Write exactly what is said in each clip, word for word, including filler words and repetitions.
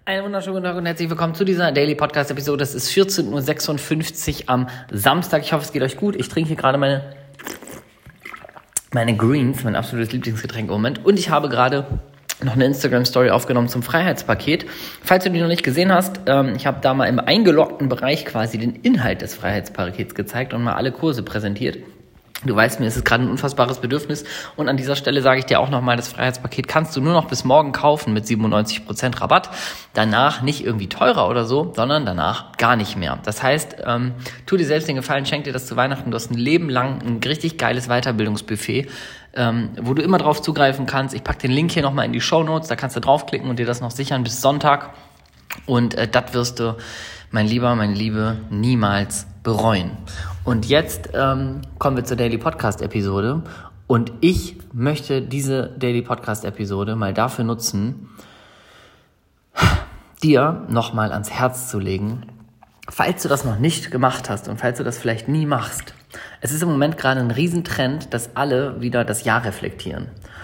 Einen wunderschönen guten Tag und herzlich willkommen zu dieser Daily Podcast Episode. Es ist vierzehn Uhr sechsundfünfzig am Samstag. Ich hoffe, es geht euch gut. Ich trinke hier gerade meine, meine Greens, mein absolutes Lieblingsgetränk im Moment. Und ich habe gerade noch eine Instagram-Story aufgenommen zum Freiheitspaket. Falls du die noch nicht gesehen hast, ähm, ich habe da mal im eingeloggten Bereich quasi den Inhalt des Freiheitspakets gezeigt und mal alle Kurse präsentiert. Du weißt, mir ist es gerade ein unfassbares Bedürfnis und an dieser Stelle sage ich dir auch nochmal, das Freiheitspaket kannst du nur noch bis morgen kaufen mit siebenundneunzig Prozent Rabatt. Danach nicht irgendwie teurer oder so, sondern danach gar nicht mehr. Das heißt, ähm, tu dir selbst den Gefallen, schenk dir das zu Weihnachten. Du hast ein Leben lang ein richtig geiles Weiterbildungsbuffet, ähm, wo du immer drauf zugreifen kannst. Ich packe den Link hier nochmal in die Shownotes, da kannst du draufklicken und dir das noch sichern bis Sonntag. Und äh, das wirst du, mein Lieber, meine Liebe, niemals bereuen. Und jetzt ähm, kommen wir zur Daily Podcast Episode und ich möchte diese Daily Podcast Episode mal dafür nutzen, dir nochmal ans Herz zu legen, falls du das noch nicht gemacht hast und falls du das vielleicht nie machst. Es ist im Moment gerade ein Riesentrend, dass alle wieder das Jahr reflektieren.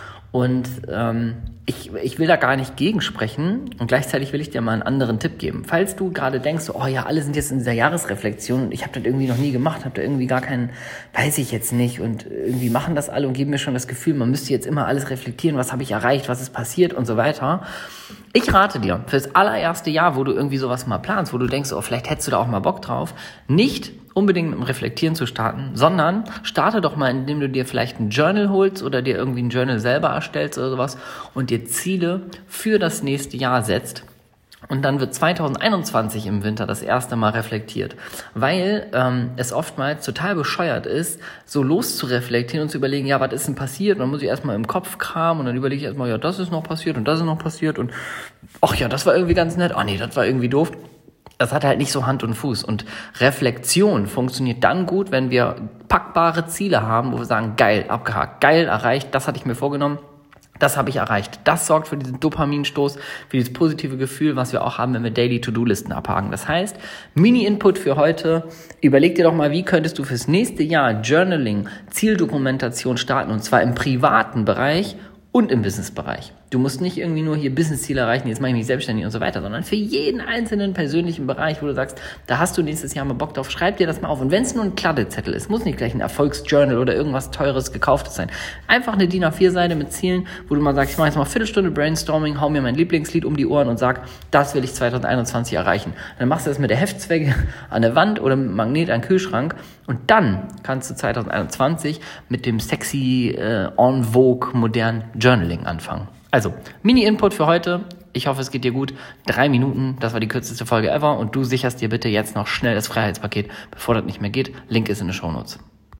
Und ähm, ich, ich will da gar nicht gegensprechen und gleichzeitig will ich dir mal einen anderen Tipp geben. Falls du gerade denkst, oh ja, alle sind jetzt in dieser Jahresreflexion und ich habe das irgendwie noch nie gemacht, habe da irgendwie gar keinen, weiß ich jetzt nicht und irgendwie machen das alle und geben mir schon das Gefühl, man müsste jetzt immer alles reflektieren, was habe ich erreicht, was ist passiert und so weiter. Ich rate dir, fürs allererste Jahr, wo du irgendwie sowas mal planst, wo du denkst, oh, vielleicht hättest du da auch mal Bock drauf, nicht unbedingt mit dem Reflektieren zu starten, sondern starte doch mal, indem du dir vielleicht ein Journal holst oder dir irgendwie ein Journal selber erstellst oder sowas und dir Ziele für das nächste Jahr setzt. Und dann wird zwanzig einundzwanzig im Winter das erste Mal reflektiert, weil ähm, es oftmals total bescheuert ist, so loszureflektieren und zu überlegen, ja, was ist denn passiert? Und dann muss ich erstmal im Kopf kramen und dann überlege ich erstmal, ja, das ist noch passiert und das ist noch passiert und ach ja, das war irgendwie ganz nett, ach nee, das war irgendwie doof. Das hat halt nicht so Hand und Fuß. Und Reflexion funktioniert dann gut, wenn wir packbare Ziele haben, wo wir sagen, geil, abgehakt, geil, erreicht, das hatte ich mir vorgenommen. Das habe ich erreicht. Das sorgt für diesen Dopaminstoß, für dieses positive Gefühl, was wir auch haben, wenn wir Daily To-Do-Listen abhaken. Das heißt, Mini-Input für heute. Überleg dir doch mal, wie könntest du fürs nächste Jahr Journaling, Zieldokumentation starten, und zwar im privaten Bereich und im Businessbereich. Du musst nicht irgendwie nur hier Businessziele erreichen, jetzt mache ich mich selbstständig und so weiter, sondern für jeden einzelnen persönlichen Bereich, wo du sagst, da hast du nächstes Jahr mal Bock drauf, schreib dir das mal auf. Und wenn es nur ein Kladdezettel ist, muss nicht gleich ein Erfolgsjournal oder irgendwas Teures, Gekauftes sein. Einfach eine D I N A vier Seite mit Zielen, wo du mal sagst, ich mache jetzt mal eine Viertelstunde Brainstorming, hau mir mein Lieblingslied um die Ohren und sag, das will ich zwanzig einundzwanzig erreichen. Dann machst du das mit der Heftzwecke an der Wand oder mit dem Magnet an den Kühlschrank und dann kannst du zwanzig einundzwanzig mit dem sexy, äh, en vogue, modernen Journaling anfangen. Also, Mini-Input für heute. Ich hoffe, es geht dir gut. Drei Minuten, das war die kürzeste Folge ever. Und du sicherst dir bitte jetzt noch schnell das Freiheitspaket, bevor das nicht mehr geht. Link ist in den Shownotes.